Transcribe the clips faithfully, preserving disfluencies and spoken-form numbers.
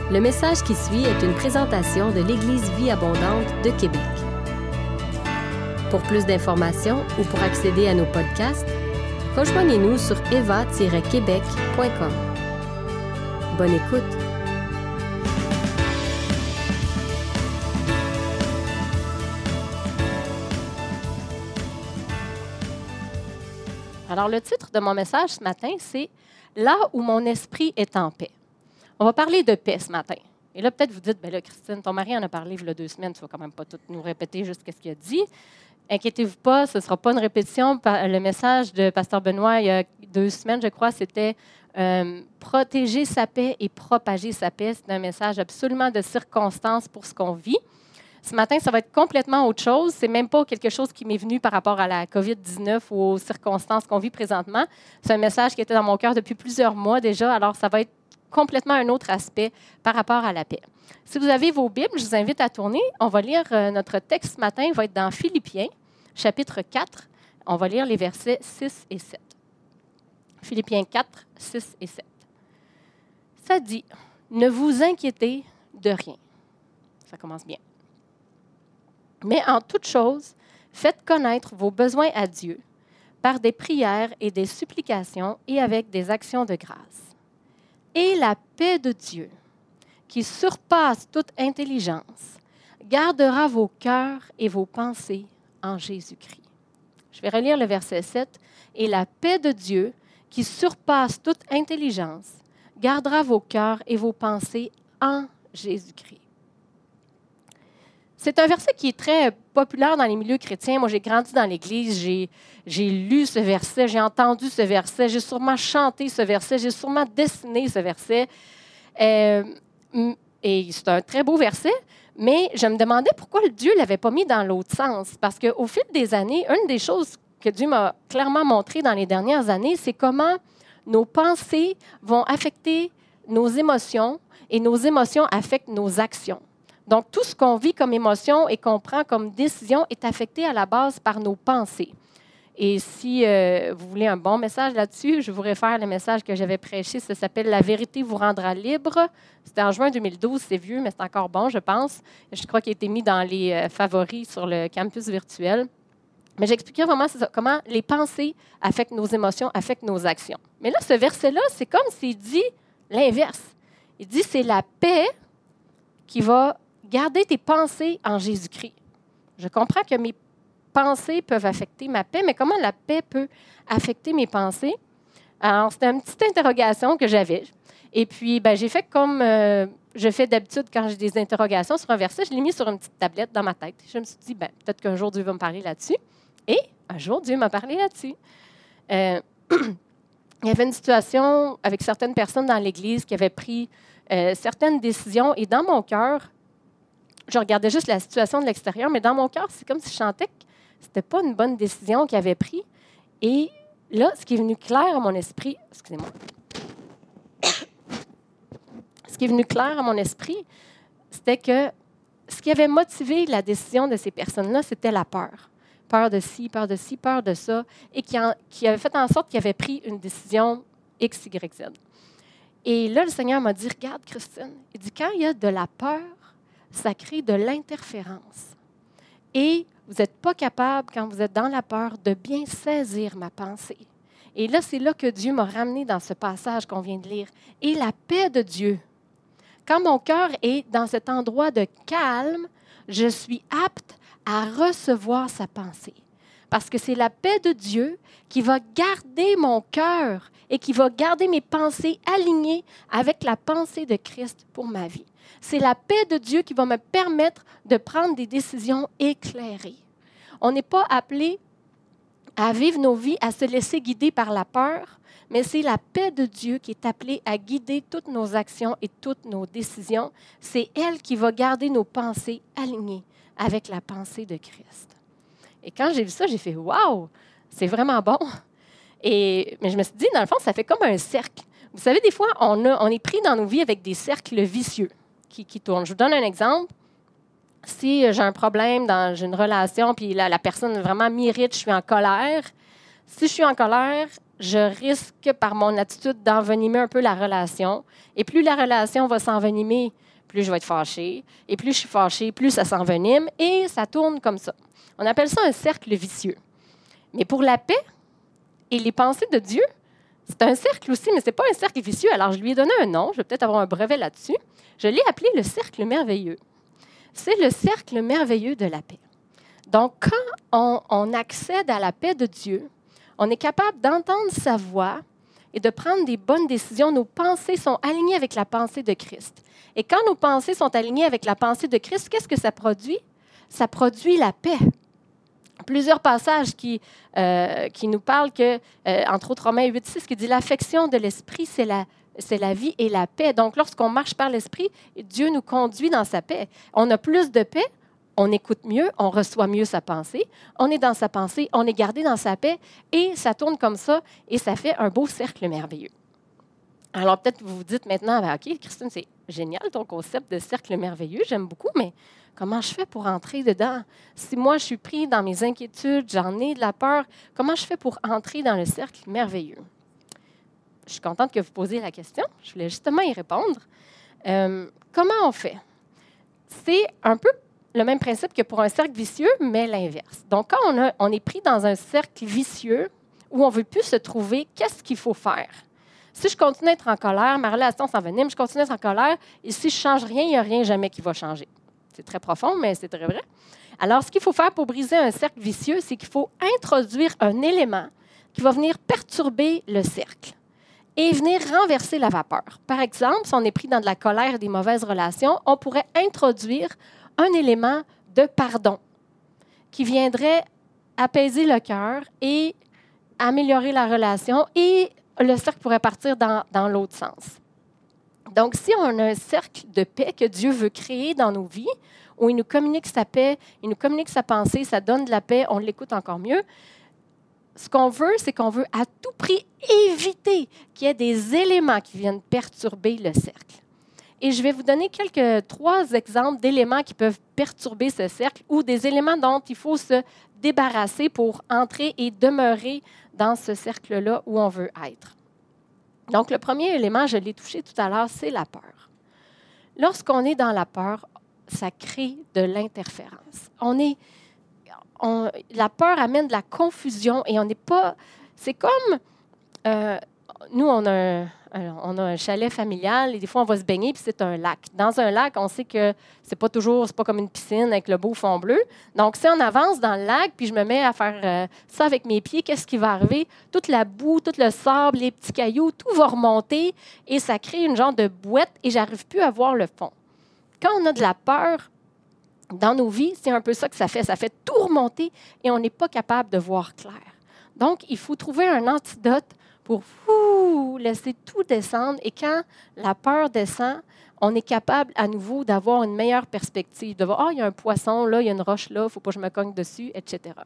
Le message qui suit est une présentation de l'Église Vie Abondante de Québec. Pour plus d'informations ou pour accéder à nos podcasts, rejoignez-nous sur eva tiret québec point com. Bonne écoute! Alors, le titre de mon message ce matin, c'est « Là où mon esprit est en paix ». On va parler de paix ce matin. Et là, peut-être vous dites, bien là, Christine, ton mari en a parlé il y a deux semaines, tu ne vas quand même pas tout nous répéter juste ce qu'il a dit. Inquiétez-vous pas, ce ne sera pas une répétition. Le message de Pasteur Benoît, il y a deux semaines, je crois, c'était euh, « Protéger sa paix et propager sa paix ». C'est un message absolument de circonstance pour ce qu'on vit. Ce matin, ça va être complètement autre chose. Ce n'est même pas quelque chose qui m'est venu par rapport à la covid dix-neuf ou aux circonstances qu'on vit présentement. C'est un message qui était dans mon cœur depuis plusieurs mois déjà. Alors, ça va être complètement un autre aspect par rapport à la paix. Si vous avez vos Bibles, je vous invite à tourner. On va lire euh, notre texte ce matin. Il va être dans Philippiens, chapitre quatre. On va lire les versets six et sept. Philippiens quatre, six et sept. Ça dit, « Ne vous inquiétez de rien. » Ça commence bien. « Mais en toute chose, faites connaître vos besoins à Dieu par des prières et des supplications et avec des actions de grâce. Et la paix de Dieu, qui surpasse toute intelligence, gardera vos cœurs et vos pensées en Jésus-Christ. » Je vais relire le verset sept. « Et la paix de Dieu, qui surpasse toute intelligence, gardera vos cœurs et vos pensées en Jésus-Christ. » C'est un verset qui est très populaire dans les milieux chrétiens. Moi, j'ai grandi dans l'Église, j'ai, j'ai lu ce verset, j'ai entendu ce verset, j'ai sûrement chanté ce verset, j'ai sûrement dessiné ce verset. Euh, et c'est un très beau verset, mais je me demandais pourquoi Dieu ne l'avait pas mis dans l'autre sens. Parce qu'au fil des années, une des choses que Dieu m'a clairement montré dans les dernières années, c'est comment nos pensées vont affecter nos émotions et nos émotions affectent nos actions. Donc, tout ce qu'on vit comme émotion et qu'on prend comme décision est affecté à la base par nos pensées. Et si euh, vous voulez un bon message là-dessus, je vous réfère le message que j'avais prêché. Ça s'appelle « La vérité vous rendra libre ». C'était en juin deux mille douze, c'est vieux, mais c'est encore bon, je pense. Je crois qu'il a été mis dans les euh, favoris sur le campus virtuel. Mais j'expliquais vraiment c'est ça, comment les pensées affectent nos émotions, affectent nos actions. Mais là, ce verset-là, c'est comme s'il dit l'inverse. Il dit « C'est la paix qui va garder tes pensées en Jésus-Christ. » Je comprends que mes pensées peuvent affecter ma paix, mais comment la paix peut affecter mes pensées? Alors, c'était une petite interrogation que j'avais. Et puis, ben, j'ai fait comme euh, je fais d'habitude quand j'ai des interrogations sur un verset, je l'ai mis sur une petite tablette dans ma tête. Je me suis dit, ben, peut-être qu'un jour Dieu va me parler là-dessus. Et un jour, Dieu m'a parlé là-dessus. Euh, il y avait une situation avec certaines personnes dans l'Église qui avaient pris euh, certaines décisions. Et dans mon cœur, je regardais juste la situation de l'extérieur, mais dans mon cœur, c'est comme si je sentais que ce n'était pas une bonne décision qu'il avait prise. Et là, ce qui est venu clair à mon esprit, excusez-moi, ce qui est venu clair à mon esprit, c'était que ce qui avait motivé la décision de ces personnes-là, c'était la peur. Peur de ci, peur de ci, peur de ça, et qui, en, qui avait fait en sorte qu'ils avaient pris une décision X, Y, Z. Et là, le Seigneur m'a dit, « Regarde, Christine, il dit, quand il y a de la peur, ça crée de l'interférence. Et vous n'êtes pas capable, quand vous êtes dans la peur, de bien saisir ma pensée. » Et là, c'est là que Dieu m'a ramené dans ce passage qu'on vient de lire. « Et la paix de Dieu. » Quand mon cœur est dans cet endroit de calme, je suis apte à recevoir sa pensée. Parce que c'est la paix de Dieu qui va garder mon cœur et qui va garder mes pensées alignées avec la pensée de Christ pour ma vie. C'est la paix de Dieu qui va me permettre de prendre des décisions éclairées. On n'est pas appelé à vivre nos vies, à se laisser guider par la peur, mais c'est la paix de Dieu qui est appelée à guider toutes nos actions et toutes nos décisions. C'est elle qui va garder nos pensées alignées avec la pensée de Christ. Et quand j'ai vu ça, j'ai fait « Wow! C'est vraiment bon! » Et, mais je me suis dit, dans le fond, ça fait comme un cercle. Vous savez, des fois, on, a, on est pris dans nos vies avec des cercles vicieux qui, qui tournent. Je vous donne un exemple. Si j'ai un problème dans j'ai une relation, puis la, la personne vraiment m'irrite, je suis en colère. Si je suis en colère, je risque, par mon attitude, d'envenimer un peu la relation. Et plus la relation va s'envenimer, plus je vais être fâchée. Et plus je suis fâchée, plus ça s'envenime. Et ça tourne comme ça. On appelle ça un cercle vicieux. Mais pour la paix et les pensées de Dieu, c'est un cercle aussi, mais ce n'est pas un cercle vicieux. Alors, je lui ai donné un nom. Je vais peut-être avoir un brevet là-dessus. Je l'ai appelé le cercle merveilleux. C'est le cercle merveilleux de la paix. Donc, quand on, on accède à la paix de Dieu, on est capable d'entendre sa voix et de prendre des bonnes décisions. Nos pensées sont alignées avec la pensée de Christ. Et quand nos pensées sont alignées avec la pensée de Christ, qu'est-ce que ça produit? Ça produit la paix. Plusieurs passages qui, euh, qui nous parlent que, euh, entre autres Romains huit six, qui dit « L'affection de l'esprit, c'est la, c'est la vie et la paix. » Donc, lorsqu'on marche par l'esprit, Dieu nous conduit dans sa paix. On a plus de paix, on écoute mieux, on reçoit mieux sa pensée, on est dans sa pensée, on est gardé dans sa paix, et ça tourne comme ça, et ça fait un beau cercle merveilleux. Alors, peut-être vous vous dites maintenant, ben, OK, Christine, c'est génial ton concept de cercle merveilleux, j'aime beaucoup, mais comment je fais pour entrer dedans? Si moi, je suis pris dans mes inquiétudes, j'en ai de la peur, comment je fais pour entrer dans le cercle merveilleux? Je suis contente que vous posiez la question. Je voulais justement y répondre. Euh, comment on fait? C'est un peu le même principe que pour un cercle vicieux, mais l'inverse. Donc, quand on, a, on est pris dans un cercle vicieux où on ne veut plus se trouver, qu'est-ce qu'il faut faire? Si je continue à être en colère, ma relation s'envenime, je continue à être en colère, et si je ne change rien, il n'y a rien jamais qui va changer. C'est très profond, mais c'est très vrai. Alors, ce qu'il faut faire pour briser un cercle vicieux, c'est qu'il faut introduire un élément qui va venir perturber le cercle et venir renverser la vapeur. Par exemple, si on est pris dans de la colère et des mauvaises relations, on pourrait introduire un élément de pardon qui viendrait apaiser le cœur et améliorer la relation, et le cercle pourrait partir dans, dans l'autre sens. Donc, si on a un cercle de paix que Dieu veut créer dans nos vies, où il nous communique sa paix, il nous communique sa pensée, ça donne de la paix, on l'écoute encore mieux, ce qu'on veut, c'est qu'on veut à tout prix éviter qu'il y ait des éléments qui viennent perturber le cercle. Et je vais vous donner quelques trois exemples d'éléments qui peuvent perturber ce cercle ou des éléments dont il faut se débarrasser pour entrer et demeurer dans ce cercle-là où on veut être. Donc, le premier élément, je l'ai touché tout à l'heure, c'est la peur. Lorsqu'on est dans la peur, ça crée de l'interférence. On est, on, la peur amène de la confusion et on n'est pas... C'est comme... Euh, nous, on a, un, on a un chalet familial et des fois, on va se baigner puis c'est un lac. Dans un lac, on sait que c'est pas toujours, c'est pas comme une piscine avec le beau fond bleu. Donc, si on avance dans le lac puis je me mets à faire euh, ça avec mes pieds, qu'est-ce qui va arriver? Toute la boue, tout le sable, les petits cailloux, tout va remonter et ça crée une genre de bouette et j'arrive plus à voir le fond. Quand on a de la peur dans nos vies, c'est un peu ça que ça fait. Ça fait tout remonter et on n'est pas capable de voir clair. Donc, il faut trouver un antidote pour ouh, laisser tout descendre. Et quand la peur descend, on est capable à nouveau d'avoir une meilleure perspective, de voir, ah, il y a un poisson là, il y a une roche là, il ne faut pas que je me cogne dessus, et cetera.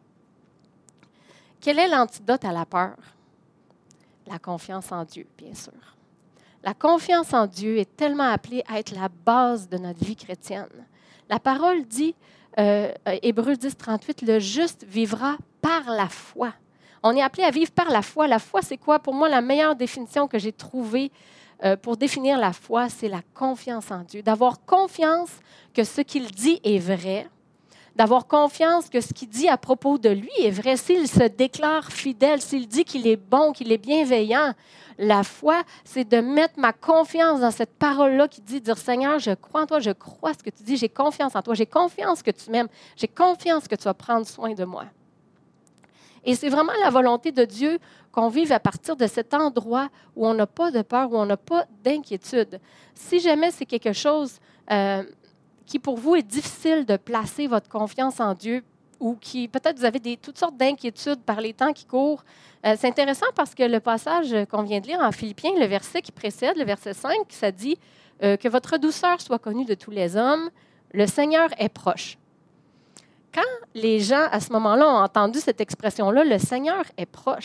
Quel est l'antidote à la peur? La confiance en Dieu, bien sûr. La confiance en Dieu est tellement appelée à être la base de notre vie chrétienne. La parole dit, euh, Hébreux dix, trente-huit, le juste vivra par la foi. On est appelé à vivre par la foi. La foi, c'est quoi? Pour moi, la meilleure définition que j'ai trouvée euh, pour définir la foi, c'est la confiance en Dieu. D'avoir confiance que ce qu'il dit est vrai, d'avoir confiance que ce qu'il dit à propos de lui est vrai. S'il se déclare fidèle, s'il dit qu'il est bon, qu'il est bienveillant, la foi, c'est de mettre ma confiance dans cette parole-là qui dit, dire, Seigneur, je crois en toi, je crois ce que tu dis, j'ai confiance en toi, j'ai confiance que tu m'aimes, j'ai confiance que tu vas prendre soin de moi. Et c'est vraiment la volonté de Dieu qu'on vive à partir de cet endroit où on n'a pas de peur, où on n'a pas d'inquiétude. Si jamais c'est quelque chose euh, qui pour vous est difficile de placer votre confiance en Dieu, ou qui peut-être vous avez des, toutes sortes d'inquiétudes par les temps qui courent, euh, c'est intéressant parce que le passage qu'on vient de lire en Philippiens, le verset qui précède, le verset cinq, ça dit euh, que votre douceur soit connue de tous les hommes, le Seigneur est proche. Quand les gens, à ce moment-là, ont entendu cette expression-là, le Seigneur est proche,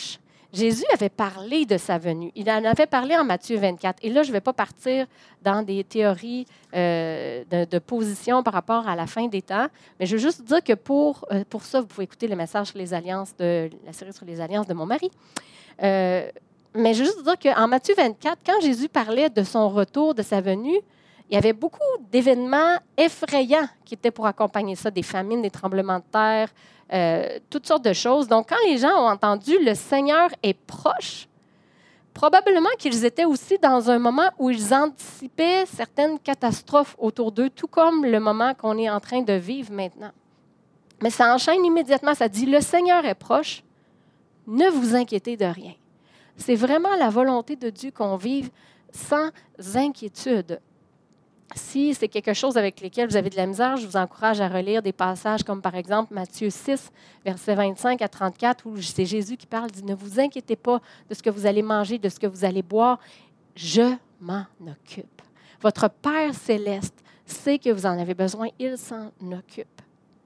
Jésus avait parlé de sa venue. Il en avait parlé en Matthieu vingt-quatre. Et là, je ne vais pas partir dans des théories euh, de, de position par rapport à la fin des temps, mais je veux juste dire que pour, euh, pour ça, vous pouvez écouter le message sur les alliances, de la série sur les alliances de mon mari. Euh, mais je veux juste dire qu'en Matthieu vingt-quatre, quand Jésus parlait de son retour, de sa venue, il y avait beaucoup d'événements effrayants qui étaient pour accompagner ça, des famines, des tremblements de terre, euh, toutes sortes de choses. Donc, quand les gens ont entendu « le Seigneur est proche », probablement qu'ils étaient aussi dans un moment où ils anticipaient certaines catastrophes autour d'eux, tout comme le moment qu'on est en train de vivre maintenant. Mais ça enchaîne immédiatement, ça dit « le Seigneur est proche, ne vous inquiétez de rien ». C'est vraiment la volonté de Dieu qu'on vive sans inquiétude. Si c'est quelque chose avec lequel vous avez de la misère, je vous encourage à relire des passages comme par exemple Matthieu six, versets vingt-cinq à trente-quatre, où c'est Jésus qui parle, dit « Ne vous inquiétez pas de ce que vous allez manger, de ce que vous allez boire, je m'en occupe. Votre Père céleste sait que vous en avez besoin, il s'en occupe. »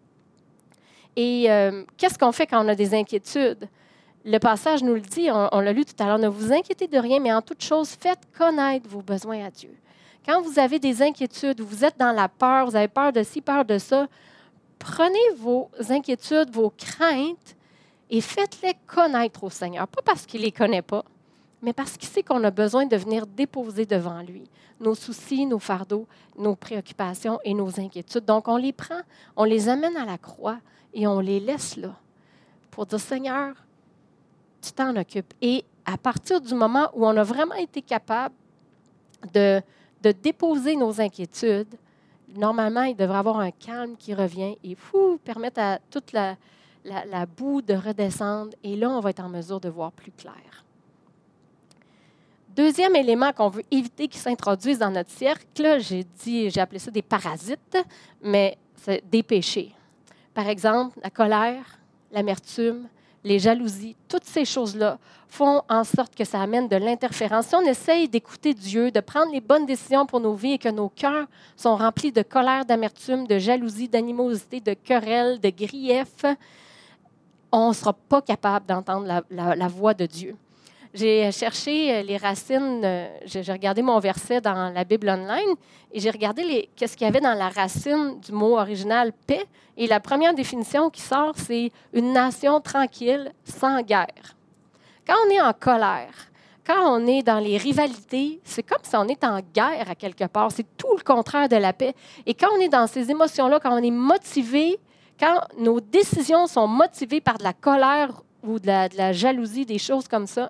Et euh, qu'est-ce qu'on fait quand on a des inquiétudes? Le passage nous le dit, on, on l'a lu tout à l'heure, « Ne vous inquiétez de rien, mais en toute chose, faites connaître vos besoins à Dieu. » Quand vous avez des inquiétudes, vous êtes dans la peur, vous avez peur de ci, peur de ça, prenez vos inquiétudes, vos craintes et faites-les connaître au Seigneur. Pas parce qu'il ne les connaît pas, mais parce qu'il sait qu'on a besoin de venir déposer devant lui nos soucis, nos fardeaux, nos préoccupations et nos inquiétudes. Donc, on les prend, on les amène à la croix et on les laisse là pour dire « Seigneur, tu t'en occupes. » Et à partir du moment où on a vraiment été capable de de déposer nos inquiétudes, normalement, il devrait y avoir un calme qui revient et fou, permettre à toute la, la, la boue de redescendre. Et là, on va être en mesure de voir plus clair. Deuxième élément qu'on veut éviter qui s'introduise dans notre cercle, là, j'ai dit, j'ai appelé ça des parasites, mais c'est des péchés. Par exemple, la colère, l'amertume, les jalousies, toutes ces choses-là font en sorte que ça amène de l'interférence. Si on essaye d'écouter Dieu, de prendre les bonnes décisions pour nos vies et que nos cœurs sont remplis de colère, d'amertume, de jalousie, d'animosité, de querelle, de grief, on ne sera pas capable d'entendre la, la, la voix de Dieu. J'ai cherché les racines, j'ai regardé mon verset dans la Bible online et j'ai regardé les, qu'est-ce qu'il y avait dans la racine du mot original « paix ». Et la première définition qui sort, c'est « une nation tranquille, sans guerre ». Quand on est en colère, quand on est dans les rivalités, c'est comme si on est en guerre à quelque part. C'est tout le contraire de la paix. Et quand on est dans ces émotions-là, quand on est motivé, quand nos décisions sont motivées par de la colère ou de la, de la jalousie, des choses comme ça,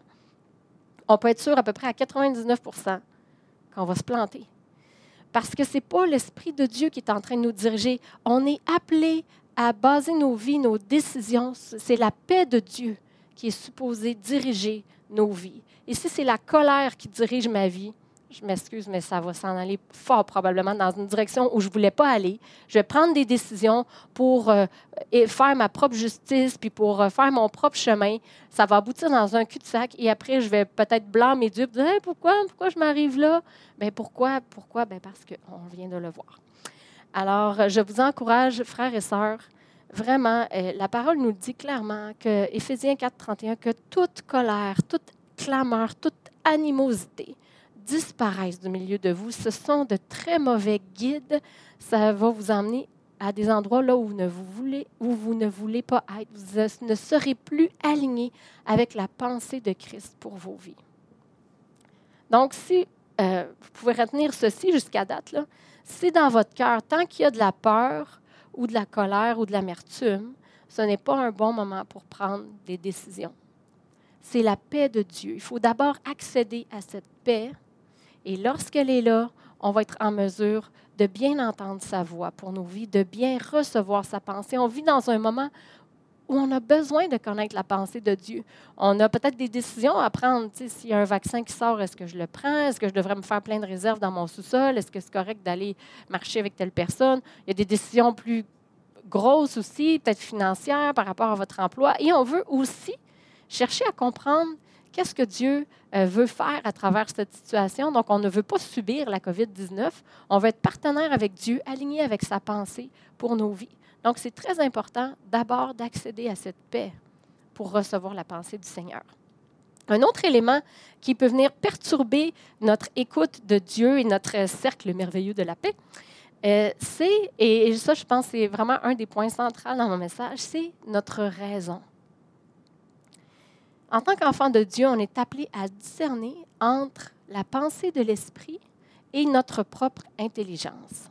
on peut être sûr à peu près à quatre-vingt-dix-neuf pour cent qu'on va se planter. Parce que ce n'est pas l'Esprit de Dieu qui est en train de nous diriger. On est appelé à baser nos vies, nos décisions. C'est la paix de Dieu qui est supposée diriger nos vies. Et si c'est la colère qui dirige ma vie, je m'excuse, mais ça va s'en aller fort probablement dans une direction où je ne voulais pas aller. Je vais prendre des décisions pour euh, faire ma propre justice, puis pour euh, faire mon propre chemin. Ça va aboutir dans un cul-de-sac et après, je vais peut-être blâmer Dieu, dire hey, « Pourquoi? Pourquoi je m'arrive là? » Bien, pourquoi? Pourquoi? Bien, parce qu'on vient de le voir. Alors, je vous encourage, frères et sœurs, vraiment, euh, la parole nous dit clairement que Éphésiens quatre, trente et un, que toute colère, toute clameur, toute animosité disparaissent du milieu de vous. Ce sont de très mauvais guides. Ça va vous emmener à des endroits là où vous ne, vous voulez, où vous ne voulez pas être. Vous ne serez plus alignés avec la pensée de Christ pour vos vies. Donc, si euh, vous pouvez retenir ceci jusqu'à date, là, si dans votre cœur, tant qu'il y a de la peur ou de la colère ou de l'amertume, ce n'est pas un bon moment pour prendre des décisions. C'est la paix de Dieu. Il faut d'abord accéder à cette paix. Et lorsqu'elle est là, on va être en mesure de bien entendre sa voix pour nos vies, de bien recevoir sa pensée. On vit dans un moment où on a besoin de connaître la pensée de Dieu. On a peut-être des décisions à prendre. Tu sais, s'il y a un vaccin qui sort, est-ce que je le prends? Est-ce que je devrais me faire plein de réserves dans mon sous-sol? Est-ce que c'est correct d'aller marcher avec telle personne? Il y a des décisions plus grosses aussi, peut-être financières par rapport à votre emploi. Et on veut aussi chercher à comprendre qu'est-ce que Dieu euh, veut faire à travers cette situation. Donc, on ne veut pas subir la covid dix-neuf. On veut être partenaire avec Dieu, aligné avec sa pensée pour nos vies. Donc, c'est très important d'abord d'accéder à cette paix pour recevoir la pensée du Seigneur. Un autre élément qui peut venir perturber notre écoute de Dieu et notre cercle merveilleux de la paix, euh, c'est, et ça je pense c'est vraiment un des points centraux dans mon message, c'est notre raison. En tant qu'enfant de Dieu, on est appelé à discerner entre la pensée de l'esprit et notre propre intelligence.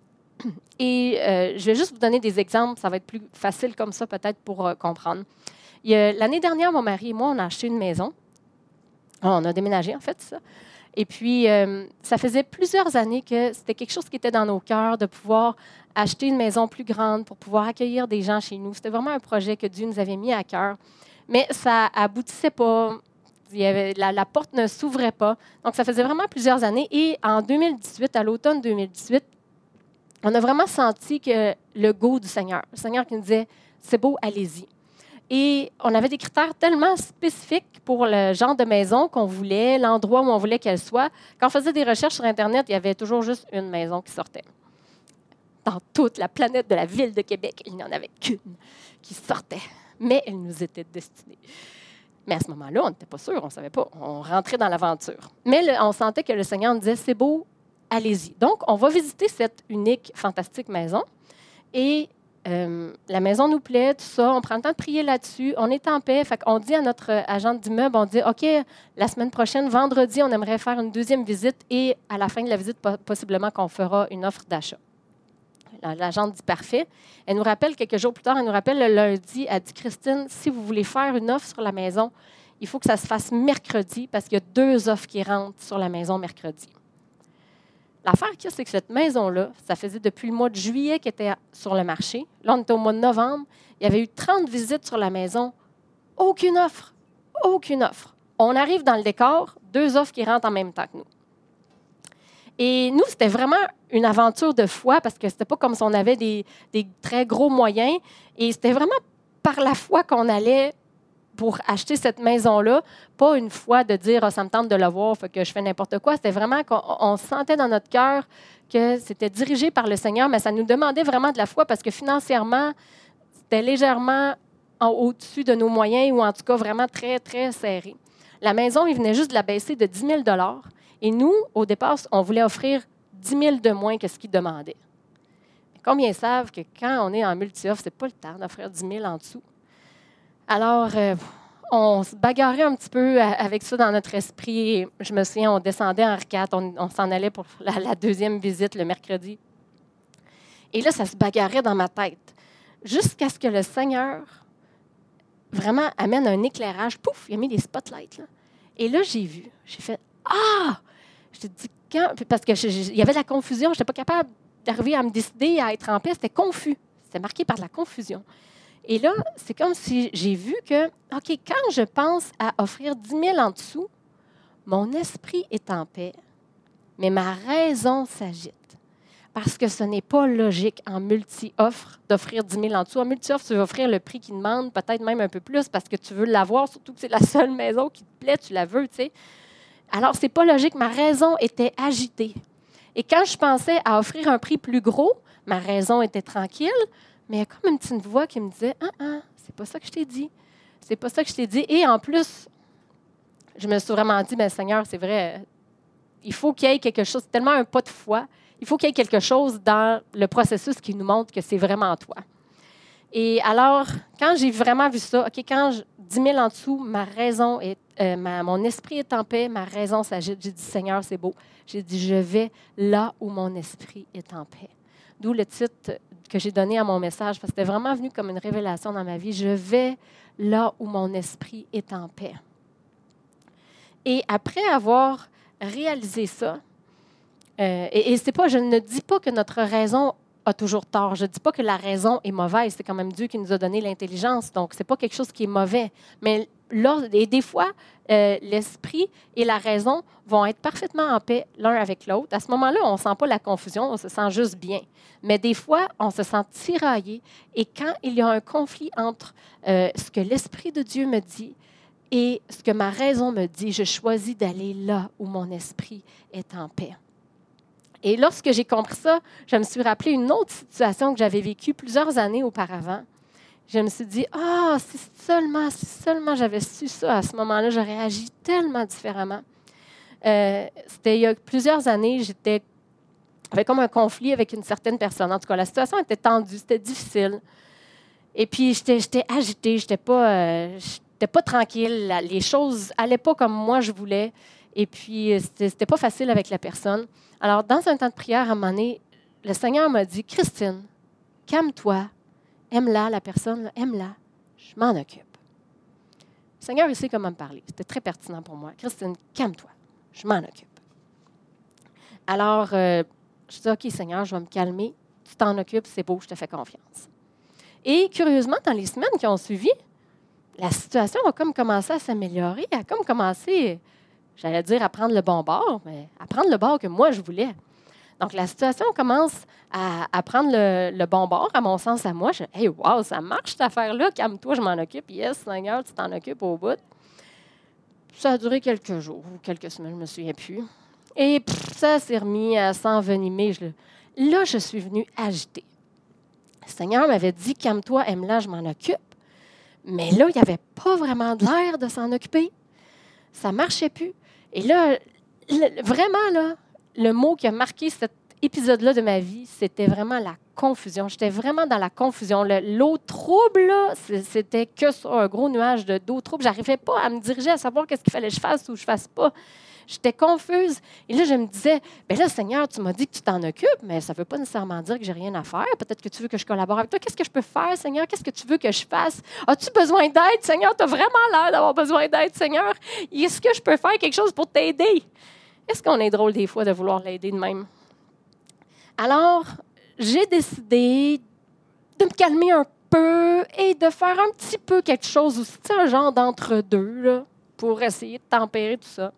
Et euh, je vais juste vous donner des exemples, ça va être plus facile comme ça peut-être pour euh, comprendre. Il y a, l'année dernière, mon mari et moi, on a acheté une maison. On a déménagé, en fait, ça. Et puis, euh, ça faisait plusieurs années que c'était quelque chose qui était dans nos cœurs, de pouvoir acheter une maison plus grande pour pouvoir accueillir des gens chez nous. C'était vraiment un projet que Dieu nous avait mis à cœur. Mais ça aboutissait pas. Il y avait, la, la porte ne s'ouvrait pas. Donc, ça faisait vraiment plusieurs années. Et en deux mille dix-huit, à l'automne deux mille dix-huit, on a vraiment senti que le go du Seigneur, le Seigneur qui nous disait « c'est beau, allez-y ». Et on avait des critères tellement spécifiques pour le genre de maison qu'on voulait, l'endroit où on voulait qu'elle soit. Quand on faisait des recherches sur Internet, il y avait toujours juste une maison qui sortait. Dans toute la planète de la ville de Québec, il n'y en avait qu'une qui sortait. Mais elle nous était destinée. Mais à ce moment-là, on n'était pas sûr, on ne savait pas. On rentrait dans l'aventure. Mais le, on sentait que le Seigneur nous disait « c'est beau, allez-y ». Donc, on va visiter cette unique, fantastique maison. Et euh, la maison nous plaît, tout ça. On prend le temps de prier là-dessus. On est en paix. Fait qu'on dit à notre agent d'immeuble, on dit « OK, la semaine prochaine, vendredi, on aimerait faire une deuxième visite et à la fin de la visite, possiblement qu'on fera une offre d'achat ». L'agente dit « parfait ». Elle nous rappelle quelques jours plus tard, elle nous rappelle le lundi, elle dit « Christine, si vous voulez faire une offre sur la maison, il faut que ça se fasse mercredi parce qu'il y a deux offres qui rentrent sur la maison mercredi ». L'affaire qu'il y a, c'est que cette maison-là, ça faisait depuis le mois de juillet qu'elle était sur le marché. Là, on était au mois de novembre. Il y avait eu trente visites sur la maison. Aucune offre. Aucune offre. On arrive dans le décor, deux offres qui rentrent en même temps que nous. Et nous, c'était vraiment une aventure de foi parce que c'était pas comme si on avait des, des très gros moyens. Et c'était vraiment par la foi qu'on allait pour acheter cette maison-là, pas une foi de dire oh, « ça me tente de l'avoir, fait que je fais n'importe quoi ». C'était vraiment qu'on on sentait dans notre cœur que c'était dirigé par le Seigneur, mais ça nous demandait vraiment de la foi parce que financièrement, c'était légèrement en, au-dessus de nos moyens ou en tout cas vraiment très, très serré. La maison, il venait juste de la baisser de dix mille dollars. Et nous, au départ, on voulait offrir dix mille de moins que ce qu'ils demandaient. Combien savent que quand on est en multi-offre, ce n'est pas le temps d'offrir dix mille en dessous? Alors, euh, on se bagarrait un petit peu avec ça dans notre esprit. Je me souviens, on descendait en R quatre, on, on s'en allait pour la, la deuxième visite le mercredi. Et là, ça se bagarrait dans ma tête. Jusqu'à ce que le Seigneur vraiment amène un éclairage. Pouf, il a mis des spotlights. Là. Et là, j'ai vu. J'ai fait « Ah! » Je te dis quand... Parce qu'il y avait de la confusion. Je n'étais pas capable d'arriver à me décider, à être en paix. C'était confus. C'était marqué par de la confusion. Et là, c'est comme si j'ai vu que, OK, quand je pense à offrir dix mille en dessous, mon esprit est en paix, mais ma raison s'agite. Parce que ce n'est pas logique en multi-offre d'offrir dix mille en dessous. En multi-offre, tu veux offrir le prix qu'ils demandent, peut-être même un peu plus, parce que tu veux l'avoir, surtout que c'est la seule maison qui te plaît, tu la veux, tu sais. Alors, ce n'est pas logique. Ma raison était agitée. Et quand je pensais à offrir un prix plus gros, ma raison était tranquille, mais il y a comme une petite voix qui me disait « Ah, ah, c'est pas ça que je t'ai dit. C'est pas ça que je t'ai dit. » Et en plus, je me suis vraiment dit « Mais Seigneur, c'est vrai, il faut qu'il y ait quelque chose. C'est tellement un pas de foi. Il faut qu'il y ait quelque chose dans le processus qui nous montre que c'est vraiment toi. » Et alors, quand j'ai vraiment vu ça, OK, quand je, dix mille en dessous, ma raison est, euh, ma, mon esprit est en paix, ma raison s'agite. J'ai dit « Seigneur, c'est beau. » J'ai dit « Je vais là où mon esprit est en paix. » D'où le titre que j'ai donné à mon message, parce que c'était vraiment venu comme une révélation dans ma vie. Je vais là où mon esprit est en paix. Et après avoir réalisé ça, euh, et, et c'est pas, je ne dis pas que notre raison a toujours tort. Je ne dis pas que la raison est mauvaise. C'est quand même Dieu qui nous a donné l'intelligence. Donc, ce n'est pas quelque chose qui est mauvais. Mais là, et des fois, euh, l'esprit et la raison vont être parfaitement en paix l'un avec l'autre. À ce moment-là, on ne sent pas la confusion, on se sent juste bien. Mais des fois, on se sent tiraillé. Et quand il y a un conflit entre euh, ce que l'Esprit de Dieu me dit et ce que ma raison me dit, je choisis d'aller là où mon esprit est en paix. Et lorsque j'ai compris ça, je me suis rappelé une autre situation que j'avais vécue plusieurs années auparavant. Je me suis dit, ah, si seulement, si seulement j'avais su ça à ce moment-là, j'aurais agi tellement différemment. Euh, c'était il y a plusieurs années, j'étais avec comme un conflit avec une certaine personne. En tout cas, la situation était tendue, c'était difficile. Et puis, j'étais, j'étais agitée, j'étais pas, euh, j'étais pas tranquille. La, les choses allaient pas comme moi je voulais. Et puis, c'était, c'était pas facile avec la personne. Alors, dans un temps de prière, à un moment donné, le Seigneur m'a dit, « Christine, calme-toi, aime-la, la personne, là, aime-la, je m'en occupe. » Le Seigneur, il sait comment me parler. C'était très pertinent pour moi. « Christine, calme-toi, je m'en occupe. » Alors, euh, je dis, « OK, Seigneur, je vais me calmer. Tu t'en occupes, c'est beau, je te fais confiance. » Et curieusement, dans les semaines qui ont suivi, la situation a comme commencé à s'améliorer, a comme commencé, j'allais dire, à prendre le bon bord, mais à prendre le bord que moi, je voulais. Donc, la situation commence à, à prendre le, le bon bord, à mon sens, à moi. Je dis, « Hey, wow, ça marche, cette affaire-là. Calme-toi, je m'en occupe. Yes, Seigneur, tu t'en occupes au bout. » Ça a duré quelques jours ou quelques semaines, je ne me souviens plus. Et pff, ça s'est remis à s'envenimer. Je, là, je suis venue agitée. Le Seigneur m'avait dit, « Calme-toi, aime-la, je m'en occupe. » Mais là, il n'y avait pas vraiment de l'air de s'en occuper. Ça ne marchait plus. Et là, le, vraiment, là, le mot qui a marqué cet épisode-là de ma vie, c'était vraiment la confusion. J'étais vraiment dans la confusion. Le, l'eau trouble, là, c'était que ça, un gros nuage de, d'eau trouble. Je n'arrivais pas à me diriger, à savoir qu'est-ce qu'il fallait que je fasse ou que je ne fasse pas. J'étais confuse. Et là, je me disais, bien là, Seigneur, tu m'as dit que tu t'en occupes, mais ça ne veut pas nécessairement dire que j'ai rien à faire. Peut-être que tu veux que je collabore avec toi. Qu'est-ce que je peux faire, Seigneur? Qu'est-ce que tu veux que je fasse? As-tu besoin d'aide, Seigneur? Tu as vraiment l'air d'avoir besoin d'aide, Seigneur. Est-ce que je peux faire quelque chose pour t'aider? Est-ce qu'on est drôle des fois de vouloir l'aider de même? Alors, j'ai décidé de me calmer un peu et de faire un petit peu quelque chose aussi, un genre d'entre-deux, là, pour essayer de tempérer tout ça.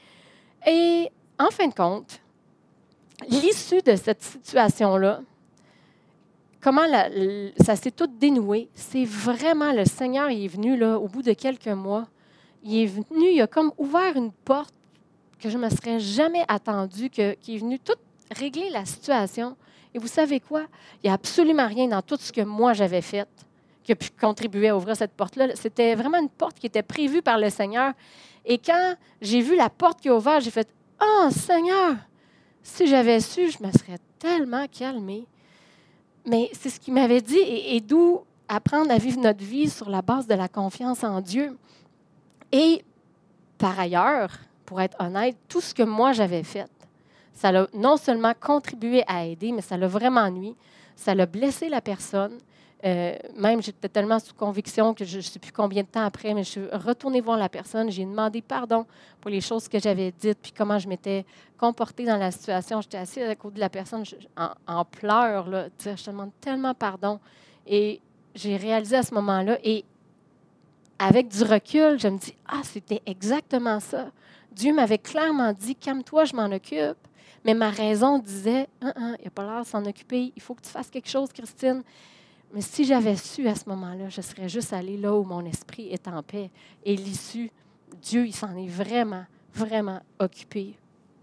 Et en fin de compte, l'issue de cette situation-là, comment la, ça s'est tout dénoué, c'est vraiment le Seigneur, il est venu là, au bout de quelques mois, il est venu, il a comme ouvert une porte que je ne me serais jamais attendue, que, qui est venu tout régler la situation. Et vous savez quoi? Il n'y a absolument rien dans tout ce que moi j'avais fait qui a pu contribuer à ouvrir cette porte-là. C'était vraiment une porte qui était prévue par le Seigneur. Et quand j'ai vu la porte qui a ouvert, j'ai fait « Ah, oh, Seigneur! Si j'avais su, je me serais tellement calmée. » Mais c'est ce qu'il m'avait dit, et, et d'où apprendre à vivre notre vie sur la base de la confiance en Dieu. Et par ailleurs, pour être honnête, tout ce que moi j'avais fait, ça l'a non seulement contribué à aider, mais ça l'a vraiment nui. Ça l'a blessé la personne. Euh, même, j'étais tellement sous conviction que je ne sais plus combien de temps après, mais je suis retournée voir la personne. J'ai demandé pardon pour les choses que j'avais dites, puis comment je m'étais comportée dans la situation. J'étais assise à côté de la personne je, en, en pleurs. Là, je te demande tellement pardon. Et j'ai réalisé à ce moment-là, et avec du recul, je me dis, ah, c'était exactement ça. Dieu m'avait clairement dit, calme-toi, je m'en occupe. Mais ma raison disait, ah, ah, il n'y a pas l'air de s'en occuper, il faut que tu fasses quelque chose, Christine. Mais si j'avais su à ce moment-là, je serais juste allée là où mon esprit est en paix. Et l'issue, Dieu, il s'en est vraiment, vraiment occupé.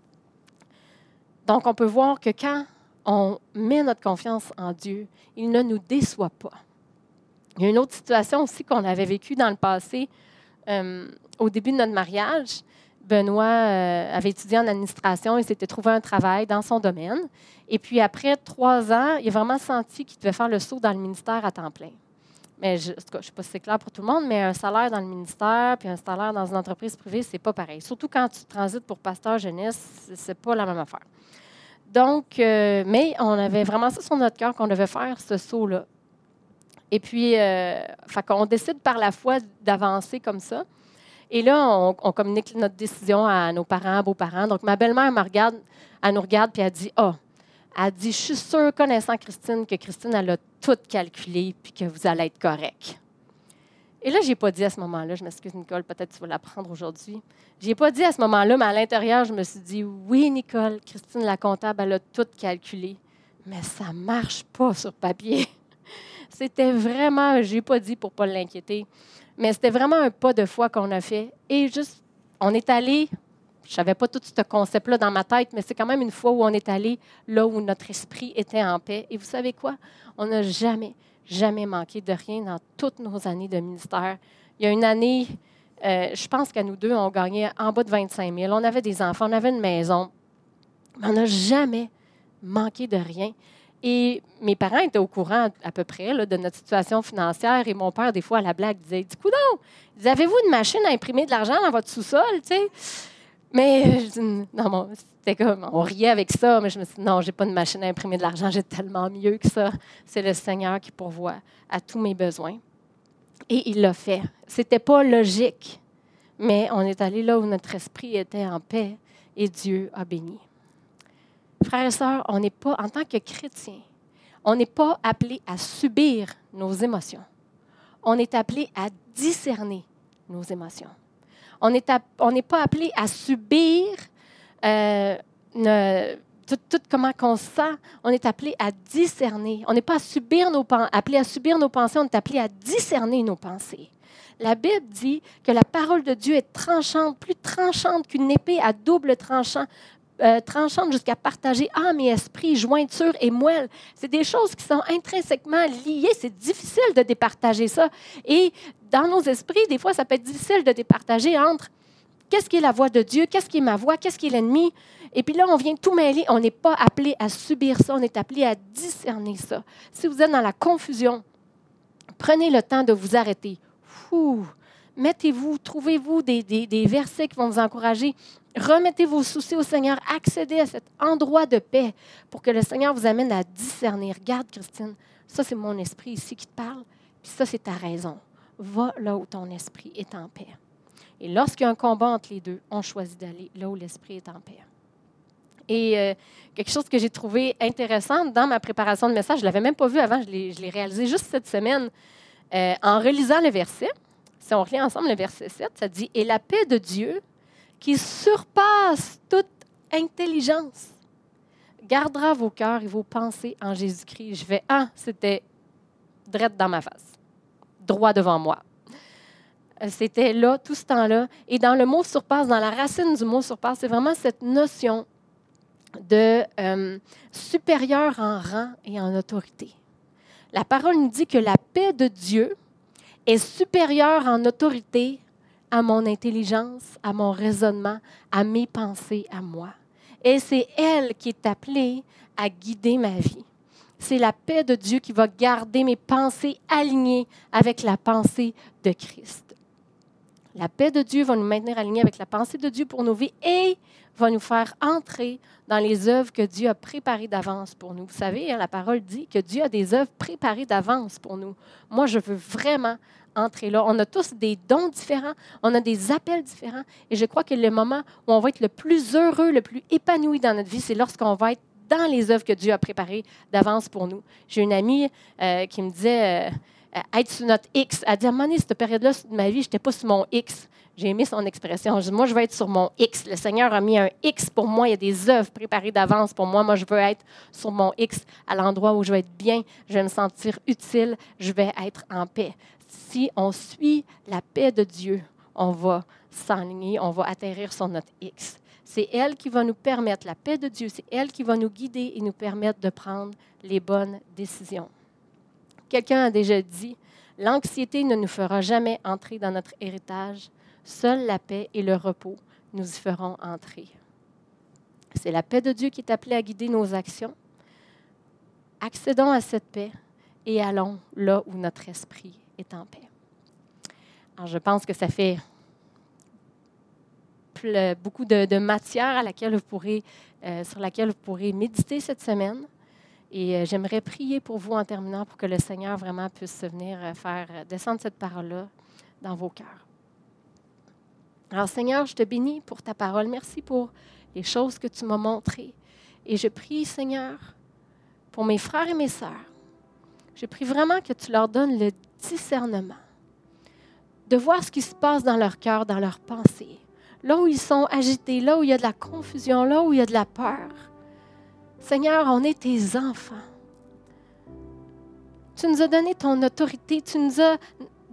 Donc, on peut voir que quand on met notre confiance en Dieu, il ne nous déçoit pas. Il y a une autre situation aussi qu'on avait vécue dans le passé. Euh, au début de notre mariage, Benoît euh, avait étudié en administration et s'était trouvé un travail dans son domaine. Et puis, après trois ans, il a vraiment senti qu'il devait faire le saut dans le ministère à temps plein. Mais je ne sais pas si c'est clair pour tout le monde, mais un salaire dans le ministère puis un salaire dans une entreprise privée, c'est pas pareil. Surtout quand tu transites pour pasteur jeunesse, c'est pas la même affaire. Donc, euh, mais on avait vraiment ça sur notre cœur qu'on devait faire ce saut-là. Et puis, euh, fait qu'on décide par la foi d'avancer comme ça. Et là, on, on communique notre décision à nos parents, beaux-parents. Donc, ma belle-mère me regarde, elle nous regarde, puis elle dit « Ah! » Elle dit « Je suis sûre, connaissant Christine, que Christine, elle a tout calculé, puis que vous allez être correct. » Et là, je n'ai pas dit à ce moment-là, je m'excuse, Nicole, peut-être que tu vas l'apprendre aujourd'hui. Je n'ai pas dit à ce moment-là, mais à l'intérieur, je me suis dit « Oui, Nicole, Christine, la comptable, elle a tout calculé. » Mais ça ne marche pas sur papier. C'était vraiment, je n'ai pas dit pour ne pas l'inquiéter, mais c'était vraiment un pas de foi qu'on a fait. Et juste, on est allé, je ne savais pas tout ce concept-là dans ma tête, mais c'est quand même une fois où on est allé là où notre esprit était en paix. Et vous savez quoi? On n'a jamais, jamais manqué de rien dans toutes nos années de ministère. Il y a une année, euh, je pense qu'à nous deux, on gagnait en bas de vingt-cinq mille. On avait des enfants, on avait une maison. Mais on n'a jamais manqué de rien. Et mes parents étaient au courant à peu près là, de notre situation financière. Et mon père, des fois, à la blague, disait, « Dis, coudonc, avez-vous une machine à imprimer de l'argent dans votre sous-sol? » tu sais? Mais je dis, non, bon, c'était comme, on riait avec ça, mais je me suis dit, non, je n'ai pas de machine à imprimer de l'argent, j'ai tellement mieux que ça. C'est le Seigneur qui pourvoit à tous mes besoins. Et il l'a fait. Ce n'était pas logique, mais on est allé là où notre esprit était en paix et Dieu a béni. Frères et sœurs, on n'est pas, en tant que chrétiens, on n'est pas appelé à subir nos émotions. On est appelé à discerner nos émotions. On n'est pas appelé à subir euh, ne, tout, tout comment on se sent. On est appelé à discerner. On n'est pas à subir nos, appelé à subir nos pensées, on est appelé à discerner nos pensées. La Bible dit que la parole de Dieu est tranchante, plus tranchante qu'une épée à double tranchant, euh, tranchante jusqu'à partager âme et esprit, jointure et moelle. C'est des choses qui sont intrinsèquement liées. C'est difficile de départager ça. Et dans nos esprits, des fois, ça peut être difficile de départager entre qu'est-ce qui est la voix de Dieu, qu'est-ce qui est ma voix, qu'est-ce qui est l'ennemi. Et puis là, on vient tout mêler. On n'est pas appelé à subir ça, on est appelé à discerner ça. Si vous êtes dans la confusion, prenez le temps de vous arrêter. Ouh, mettez-vous, trouvez-vous des, des, des versets qui vont vous encourager. Remettez vos soucis au Seigneur. Accédez à cet endroit de paix pour que le Seigneur vous amène à discerner. Regarde, Christine, ça, c'est mon esprit ici qui te parle, puis ça, c'est ta raison. Va là où ton esprit est en paix. Et lorsqu'il y a un combat entre les deux, on choisit d'aller là où l'esprit est en paix. Et euh, quelque chose que j'ai trouvé intéressant dans ma préparation de message, je ne l'avais même pas vu avant, je l'ai, je l'ai réalisé juste cette semaine, euh, en relisant le verset. Si on relit ensemble le verset sept, ça dit « Et la paix de Dieu, qui surpasse toute intelligence, gardera vos cœurs et vos pensées en Jésus-Christ. » Je fais « Ah, c'était drette dans ma face, droit devant moi. » C'était là, tout ce temps-là. Et dans le mot « surpasse », dans la racine du mot « surpasse », c'est vraiment cette notion de euh, supérieur en rang et en autorité. La parole nous dit que la paix de Dieu est supérieure en autorité à mon intelligence, à mon raisonnement, à mes pensées, à moi. Et c'est elle qui est appelée à guider ma vie. C'est la paix de Dieu qui va garder mes pensées alignées avec la pensée de Christ. La paix de Dieu va nous maintenir alignés avec la pensée de Dieu pour nos vies et va nous faire entrer dans les œuvres que Dieu a préparées d'avance pour nous. Vous savez, la parole dit que Dieu a des œuvres préparées d'avance pour nous. Moi, je veux vraiment entrer là. On a tous des dons différents, on a des appels différents et je crois que le moment où on va être le plus heureux, le plus épanoui dans notre vie, c'est lorsqu'on va être dans les œuvres que Dieu a préparées d'avance pour nous. J'ai une amie euh, qui me disait... Euh, être sur notre X. Elle dit, à un moment donné, cette période-là de ma vie, je n'étais pas sur mon X. J'ai aimé son expression. Je dis, moi, je veux être sur mon X. Le Seigneur a mis un X pour moi. Il y a des œuvres préparées d'avance pour moi. Moi, je veux être sur mon X, à l'endroit où je vais être bien, je vais me sentir utile, je vais être en paix. Si on suit la paix de Dieu, on va s'enligner, on va atterrir sur notre X. C'est elle qui va nous permettre, la paix de Dieu, c'est elle qui va nous guider et nous permettre de prendre les bonnes décisions. Quelqu'un a déjà dit, l'anxiété ne nous fera jamais entrer dans notre héritage. Seule la paix et le repos nous y feront entrer. C'est la paix de Dieu qui est appelée à guider nos actions. Accédons à cette paix et allons là où notre esprit est en paix. Alors, je pense que ça fait beaucoup de, de matière à laquelle vous pourrez, euh, sur laquelle vous pourrez méditer cette semaine. Et euh, j'aimerais prier pour vous en terminant pour que le Seigneur vraiment puisse venir euh, faire descendre cette parole-là dans vos cœurs. Alors Seigneur, je te bénis pour ta parole. Merci pour les choses que tu m'as montrées. Et je prie, Seigneur, pour mes frères et mes sœurs. Je prie vraiment que tu leur donnes le discernement de voir ce qui se passe dans leur cœur, dans leurs pensées. Là où ils sont agités, là où il y a de la confusion, là où il y a de la peur. Seigneur, on est tes enfants. Tu nous as donné ton autorité. Tu nous as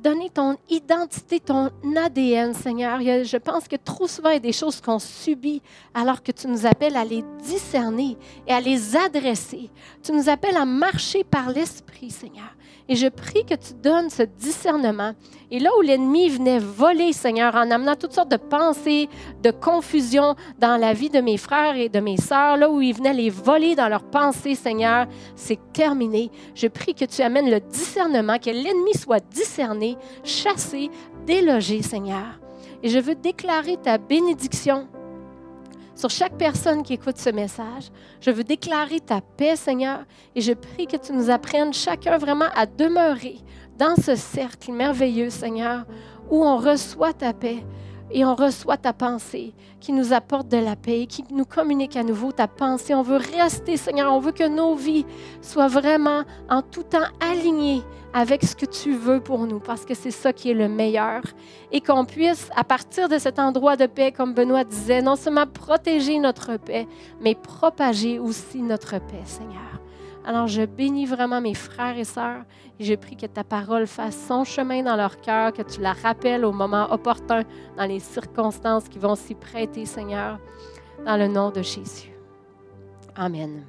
donner ton identité, ton A D N, Seigneur. Il y a, je pense que trop souvent, il y a des choses qu'on subit alors que tu nous appelles à les discerner et à les adresser. Tu nous appelles à marcher par l'Esprit, Seigneur. Et je prie que tu donnes ce discernement. Et là où l'ennemi venait voler, Seigneur, en amenant toutes sortes de pensées, de confusion dans la vie de mes frères et de mes sœurs, là où il venait les voler dans leurs pensées, Seigneur, c'est terminé. Je prie que tu amènes le discernement, que l'ennemi soit discerné, chassé, délogé, Seigneur. Et je veux déclarer ta bénédiction sur chaque personne qui écoute ce message. Je veux déclarer ta paix, Seigneur, et je prie que tu nous apprennes chacun vraiment à demeurer dans ce cercle merveilleux, Seigneur, où on reçoit ta paix et on reçoit ta pensée qui nous apporte de la paix, qui nous communique à nouveau ta pensée. On veut rester, Seigneur, on veut que nos vies soient vraiment en tout temps alignées avec ce que tu veux pour nous, parce que c'est ça qui est le meilleur. Et qu'on puisse, à partir de cet endroit de paix, comme Benoît disait, non seulement protéger notre paix, mais propager aussi notre paix, Seigneur. Alors, je bénis vraiment mes frères et sœurs et je prie que ta parole fasse son chemin dans leur cœur, que tu la rappelles au moment opportun, dans les circonstances qui vont s'y prêter, Seigneur, dans le nom de Jésus. Amen.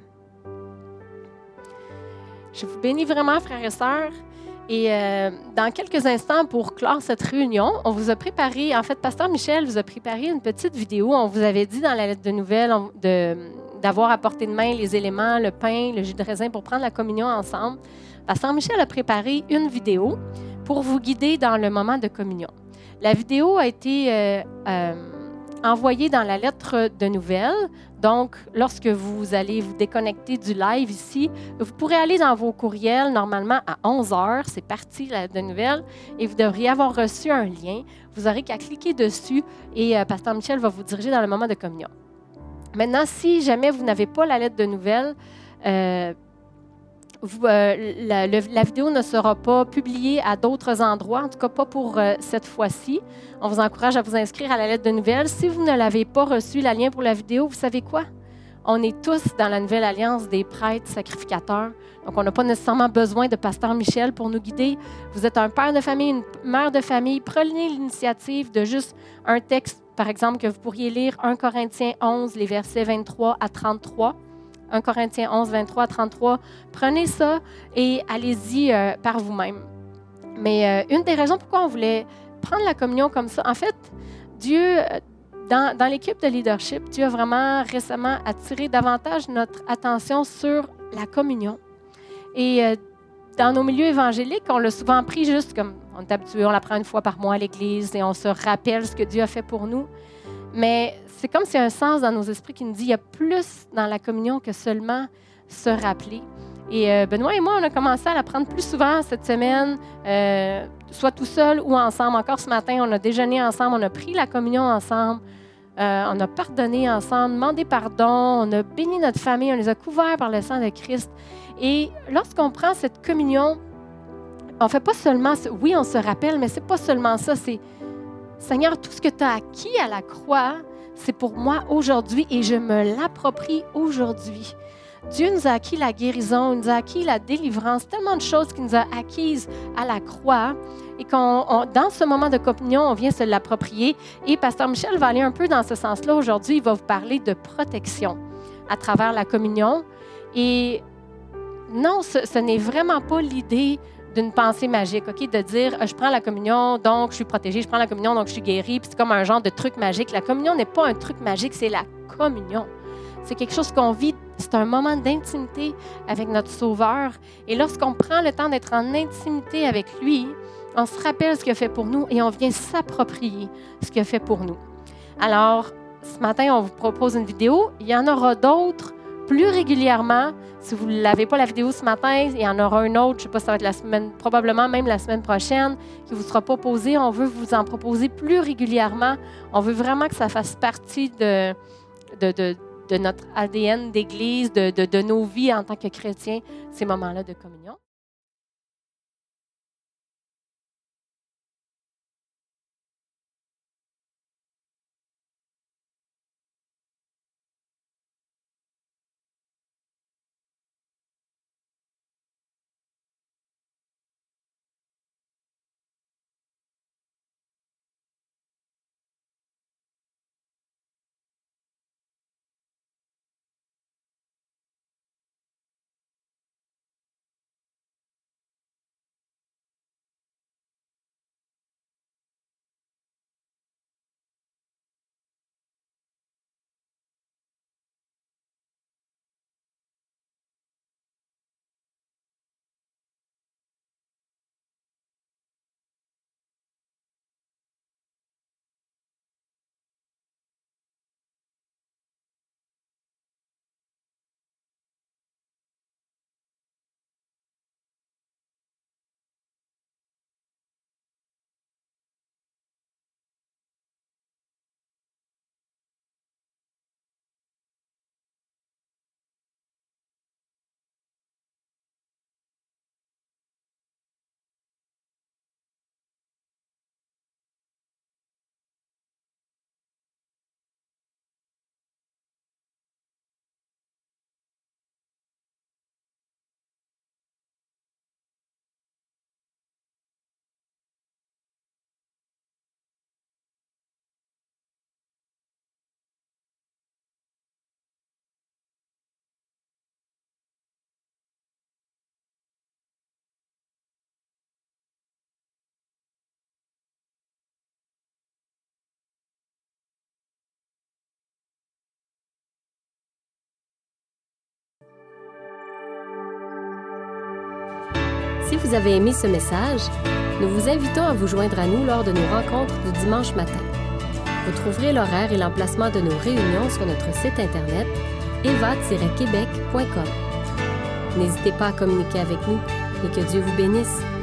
Je vous bénis vraiment, frères et sœurs. Et euh, dans quelques instants, pour clore cette réunion, on vous a préparé, en fait, Pasteur Michel vous a préparé une petite vidéo. On vous avait dit dans la lettre de nouvelles on, de, d'avoir à portée de main les éléments, le pain, le jus de raisin pour prendre la communion ensemble. Pasteur Michel a préparé une vidéo pour vous guider dans le moment de communion. La vidéo a été euh, euh, envoyée dans la lettre de nouvelles. Donc, lorsque vous allez vous déconnecter du live ici, vous pourrez aller dans vos courriels normalement à onze heures. C'est parti, la lettre de nouvelles, et vous devriez avoir reçu un lien. Vous n'aurez qu'à cliquer dessus et euh, Pasteur Michel va vous diriger dans le moment de communion. Maintenant, si jamais vous n'avez pas la lettre de nouvelles, euh, Vous, euh, la, le, la vidéo ne sera pas publiée à d'autres endroits, en tout cas pas pour euh, cette fois-ci. On vous encourage à vous inscrire à la lettre de nouvelles. Si vous ne l'avez pas reçu, la lien pour la vidéo, vous savez quoi? On est tous dans la nouvelle alliance des prêtres sacrificateurs. Donc, on n'a pas nécessairement besoin de Pasteur Michel pour nous guider. Vous êtes un père de famille, une mère de famille. Prenez l'initiative de juste un texte, par exemple, que vous pourriez lire un Corinthiens onze, les versets vingt-trois à trente-trois. un Corinthiens onze, vingt-trois à trente-trois. Prenez ça et allez-y euh, par vous-même. Mais euh, une des raisons pourquoi on voulait prendre la communion comme ça, en fait, Dieu, dans, dans l'équipe de leadership, Dieu a vraiment récemment attiré davantage notre attention sur la communion. Et euh, dans nos milieux évangéliques, on l'a souvent pris juste comme on est habitué, on la prend une fois par mois à l'Église et on se rappelle ce que Dieu a fait pour nous. Mais c'est comme s'il y a un sens dans nos esprits qui nous dit qu'il y a plus dans la communion que seulement se rappeler. Et euh, Benoît et moi, on a commencé à la prendre plus souvent cette semaine, euh, soit tout seul ou ensemble. Encore ce matin, on a déjeuné ensemble, on a pris la communion ensemble, euh, on a pardonné ensemble, demandé pardon, on a béni notre famille, on les a couverts par le sang de Christ. Et lorsqu'on prend cette communion, on ne fait pas seulement, oui, on se rappelle, mais ce n'est pas seulement ça, c'est Seigneur, tout ce que tu as acquis à la croix, c'est pour moi aujourd'hui et je me l'approprie aujourd'hui. Dieu nous a acquis la guérison, il nous a acquis la délivrance, tellement de choses qu'il nous a acquises à la croix et qu'on, on, dans ce moment de communion, on vient se l'approprier. Et Pasteur Michel va aller un peu dans ce sens-là aujourd'hui. Il va vous parler de protection à travers la communion. Et non, ce, ce n'est vraiment pas l'idée d'une pensée magique, OK? De dire, je prends la communion, donc je suis protégée, je prends la communion, donc je suis guérie, puis c'est comme un genre de truc magique. La communion n'est pas un truc magique, c'est la communion. C'est quelque chose qu'on vit, c'est un moment d'intimité avec notre Sauveur. Et lorsqu'on prend le temps d'être en intimité avec lui, on se rappelle ce qu'il a fait pour nous et on vient s'approprier ce qu'il a fait pour nous. Alors, ce matin, on vous propose une vidéo. Il y en aura d'autres plus régulièrement. Si vous ne l'avez pas la vidéo ce matin, il y en aura une autre, je ne sais pas si ça va être la semaine, probablement même la semaine prochaine, qui ne vous sera proposée. On veut vous en proposer plus régulièrement. On veut vraiment que ça fasse partie de, de, de, de notre A D N d'Église, de, de, de nos vies en tant que chrétiens, ces moments-là de communion. Si vous avez aimé ce message, nous vous invitons à vous joindre à nous lors de nos rencontres du dimanche matin. Vous trouverez l'horaire et l'emplacement de nos réunions sur notre site Internet eva tiret québec point com. N'hésitez pas à communiquer avec nous et que Dieu vous bénisse.